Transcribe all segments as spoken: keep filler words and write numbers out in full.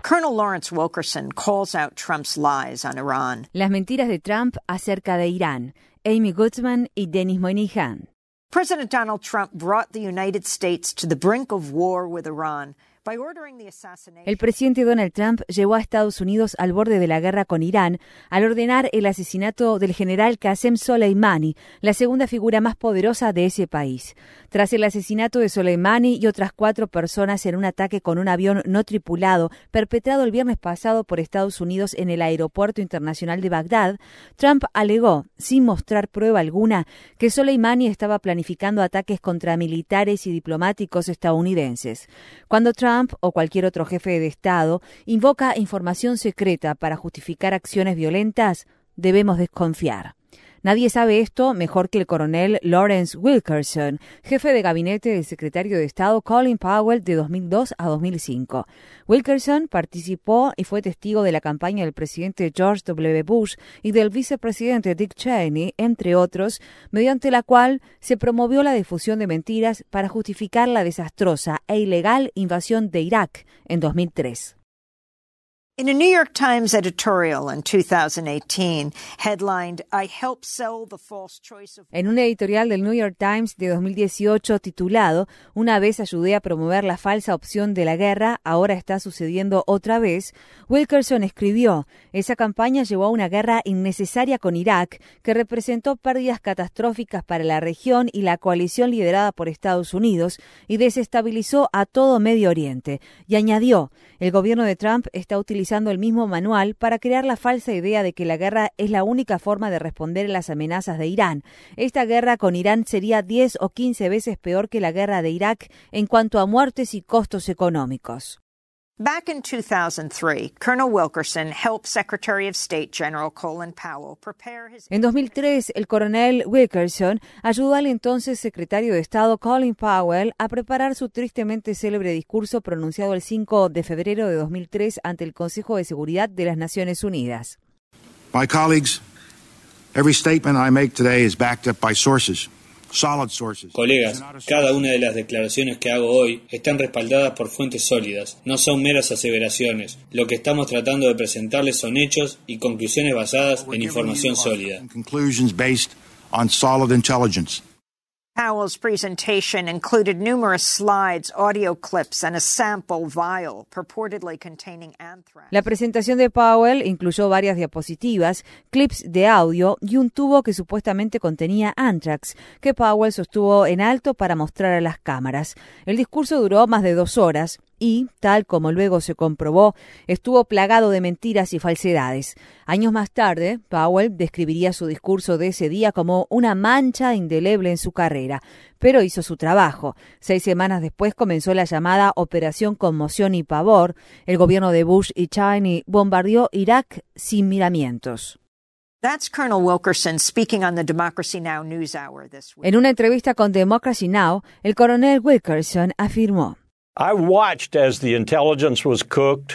Colonel Lawrence Wilkerson calls out Trump's lies on Iran. Las mentiras de Trump acerca de Irán. Amy Goodman y Dennis Moynihan. President Donald Trump brought the United States to the brink of war with Iran. El presidente Donald Trump llevó a Estados Unidos al borde de la guerra con Irán al ordenar el asesinato del general Qasem Soleimani, la segunda figura más poderosa de ese país. Tras el asesinato de Soleimani y otras cuatro personas en un ataque con un avión no tripulado perpetrado el viernes pasado por Estados Unidos en el aeropuerto internacional de Bagdad, Trump alegó, sin mostrar prueba alguna, que Soleimani estaba planificando ataques contra militares y diplomáticos estadounidenses. Cuando Trump Trump o cualquier otro jefe de Estado invoca información secreta para justificar acciones violentas, debemos desconfiar. Nadie sabe esto mejor que el coronel Lawrence Wilkerson, jefe de gabinete del secretario de Estado Colin Powell de dos mil dos a dos mil cinco. Wilkerson participó y fue testigo de la campaña del presidente George W. Bush y del vicepresidente Dick Cheney, entre otros, mediante la cual se promovió la difusión de mentiras para justificar la desastrosa e ilegal invasión de Irak en dos mil tres. In a New York Times editorial in two thousand eighteen, headlined, I helped sell the false choice of... En un editorial del New York Times de dos mil dieciocho titulado Una vez ayudé a promover la falsa opción de la guerra, ahora está sucediendo otra vez, Wilkerson escribió, esa campaña llevó a una guerra innecesaria con Irak que representó pérdidas catastróficas para la región y la coalición liderada por Estados Unidos y desestabilizó a todo Medio Oriente. Y añadió, el gobierno de Trump está utilizando el mismo manual para crear la falsa idea de que la guerra es la única forma de responder a las amenazas de Irán. Esta guerra con Irán sería diez o quince veces peor que la guerra de Irak en cuanto a muertes y costos económicos. Back in two thousand three, Colonel Wilkerson helped Secretary of State General Colin Powell prepare his... En dos mil tres, el coronel Wilkerson ayudó al entonces secretario de Estado Colin Powell a preparar su tristemente célebre discurso pronunciado el cinco de febrero de dos mil tres ante el Consejo de Seguridad de las Naciones Unidas. My colleagues, every statement I make today is backed up by sources. Colegas, cada una de las declaraciones que hago hoy están respaldadas por fuentes sólidas, no son meras aseveraciones. Lo que estamos tratando de presentarles son hechos y conclusiones basadas en información sólida. Powell's presentation included numerous slides, audio clips, and a sample vial purportedly containing anthrax. La presentación de Powell incluyó varias diapositivas, clips de audio y un tubo que supuestamente contenía anthrax, que Powell sostuvo en alto para mostrar a las cámaras. El discurso duró más de dos horas y, tal como luego se comprobó, estuvo plagado de mentiras y falsedades. Años más tarde, Powell describiría su discurso de ese día como una mancha indeleble en su carrera, pero hizo su trabajo. Seis semanas después comenzó la llamada Operación Conmoción y Pavor. El gobierno de Bush y Cheney bombardeó Irak sin miramientos. That's Colonel Wilkerson speaking on the Democracy Now! NewsHour this week. En una entrevista con Democracy Now!, el coronel Wilkerson afirmó, I watched as the intelligence was cooked,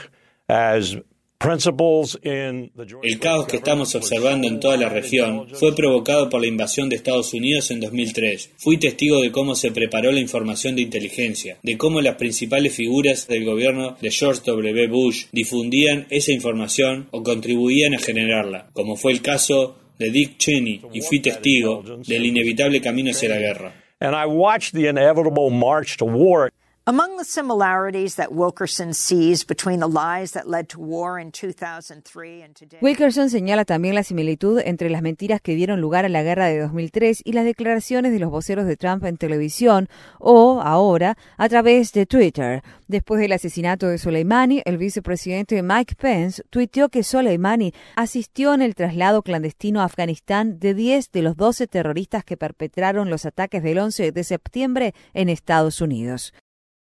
as principles in the El caos que estamos observando en toda la región fue provocado por la invasión de Estados Unidos en dos mil tres. Fui testigo de cómo se preparó la información de inteligencia, de cómo las principales figuras del gobierno de George W. Bush difundían esa información o contribuían a generarla, como fue el caso de Dick Cheney, y fui testigo del inevitable camino hacia la guerra. And I watched the inevitable march to war. Among the similarities that Wilkerson sees between the lies that led to war in two thousand three and today. Wilkerson señala también la similitud entre las mentiras que dieron lugar a la guerra de dos mil tres y las declaraciones de los voceros de Trump en televisión o, ahora, a través de Twitter. Después del asesinato de Soleimani, el vicepresidente Mike Pence tuiteó que Soleimani asistió en el traslado clandestino a Afganistán de diez de los doce terroristas que perpetraron los ataques del once de septiembre en Estados Unidos.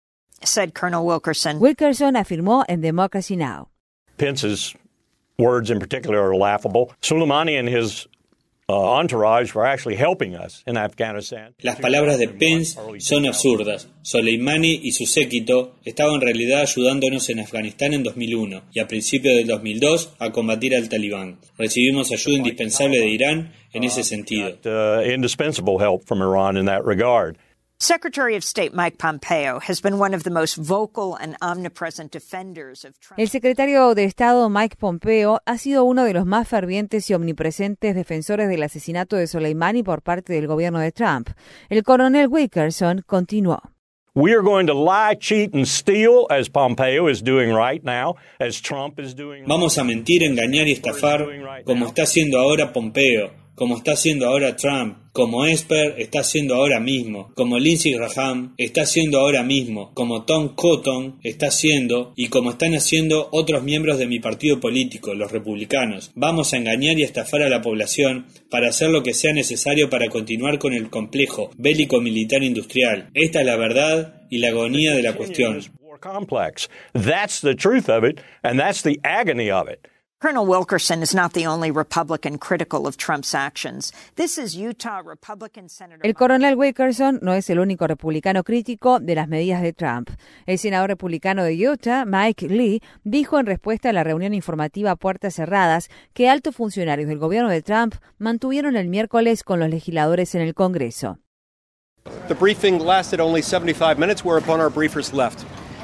Said Colonel Wilkerson. Wilkerson afirmó en Democracy Now! Pence's words in particular are laughable. Soleimani and his uh, entourage were actually helping us in Afghanistan. Las palabras de Pence son absurdas. Soleimani y su séquito estaban en realidad ayudándonos en Afganistán en dos mil uno y a principios del dos mil dos a combatir al Talibán. Recibimos ayuda indispensable de Irán en ese sentido. Uh, indispensable help from Iran in that regard. Secretary of State Mike Pompeo has been one of the most vocal and omnipresent defenders of Trump. El secretario de Estado Mike Pompeo ha sido uno de los más fervientes y omnipresentes defensores del asesinato de Soleimani por parte del gobierno de Trump. El coronel Wilkerson continuó. We are going to lie, cheat and steal, as Pompeo is doing right now, as Trump is doing. Vamos a mentir, engañar y estafar, como está haciendo ahora Pompeo, como está haciendo ahora Trump, como Esper está haciendo ahora mismo, como Lindsey Graham está haciendo ahora mismo, como Tom Cotton está haciendo y como están haciendo otros miembros de mi partido político, los republicanos. Vamos a engañar y estafar a la población para hacer lo que sea necesario para continuar con el complejo bélico militar industrial. Esta es la verdad y la agonía de la cuestión. That's the truth of it, and that's the agony of it. Colonel Wilkerson is not the only Republican critical of Trump's actions. This is Utah Republican Senator. El coronel Wilkerson no es el único republicano crítico de las medidas de Trump. El senador republicano de Utah, Mike Lee, dijo en respuesta a la reunión informativa a puertas cerradas que altos funcionarios del gobierno de Trump mantuvieron el miércoles con los legisladores en el Congreso. The briefing lasted only seventy-five minutes, whereupon our briefers left.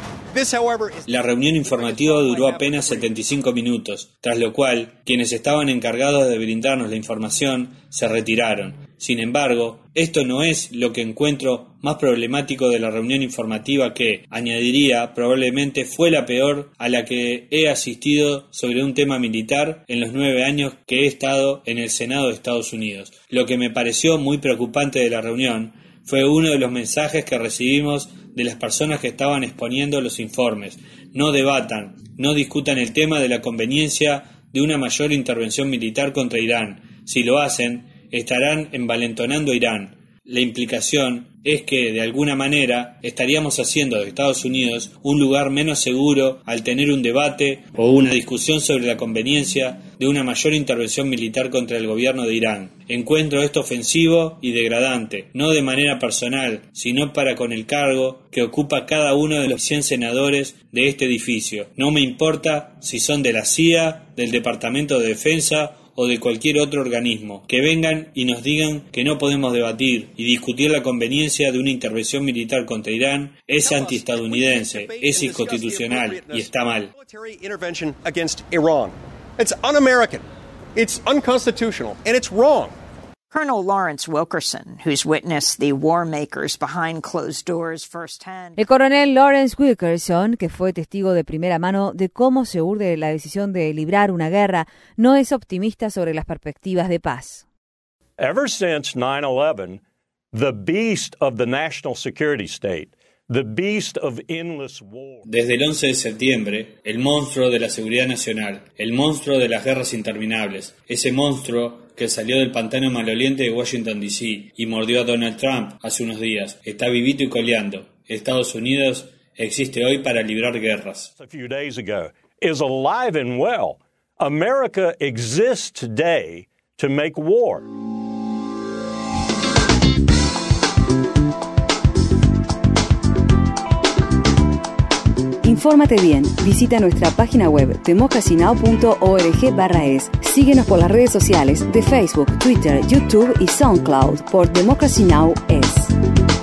La reunión informativa duró apenas setenta y cinco minutos, tras lo cual quienes estaban encargados de brindarnos la información se retiraron. Sin embargo, esto no es lo que encuentro más problemático de la reunión informativa que, añadiría, probablemente fue la peor a la que he asistido sobre un tema militar en los nueve años que he estado en el Senado de Estados Unidos. Lo que me pareció muy preocupante de la reunión fue uno de los mensajes que recibimos de las personas que estaban exponiendo los informes. No debatan, no discutan el tema de la conveniencia de una mayor intervención militar contra Irán. Si lo hacen, estarán envalentonando a Irán. La implicación es que, de alguna manera, estaríamos haciendo de Estados Unidos un lugar menos seguro al tener un debate o una discusión sobre la conveniencia de una mayor intervención militar contra el gobierno de Irán. Encuentro esto ofensivo y degradante, no de manera personal, sino para con el cargo que ocupa cada uno de los cien senadores de este edificio. No me importa si son de la C I A, del Departamento de Defensa o de cualquier otro organismo, que vengan y nos digan que no podemos debatir y discutir la conveniencia de una intervención militar contra Irán es antiestadounidense, es inconstitucional y está mal. It's un-American, it's unconstitutional, and it's wrong. Colonel Lawrence Wilkerson, who's witnessed the war makers behind closed doors firsthand. El coronel Lawrence Wilkerson, que fue testigo de primera mano de cómo se urde la decisión de librar una guerra, no es optimista sobre las perspectivas de paz. Ever since nine eleven, the beast of the national security state, the beast of endless war. Desde el once de septiembre, el monstruo de la seguridad nacional, el monstruo de las guerras interminables, ese monstruo que salió del pantano maloliente de Washington D C y mordió a Donald Trump hace unos días, está vivito y coleando. Estados Unidos existe hoy para librar guerras. A few days ago, is alive and well. America exists today to make war. Infórmate bien, visita nuestra página web democracy now punto org barra es. Síguenos por las redes sociales de Facebook, Twitter, YouTube y SoundCloud por Democracy Now! Es.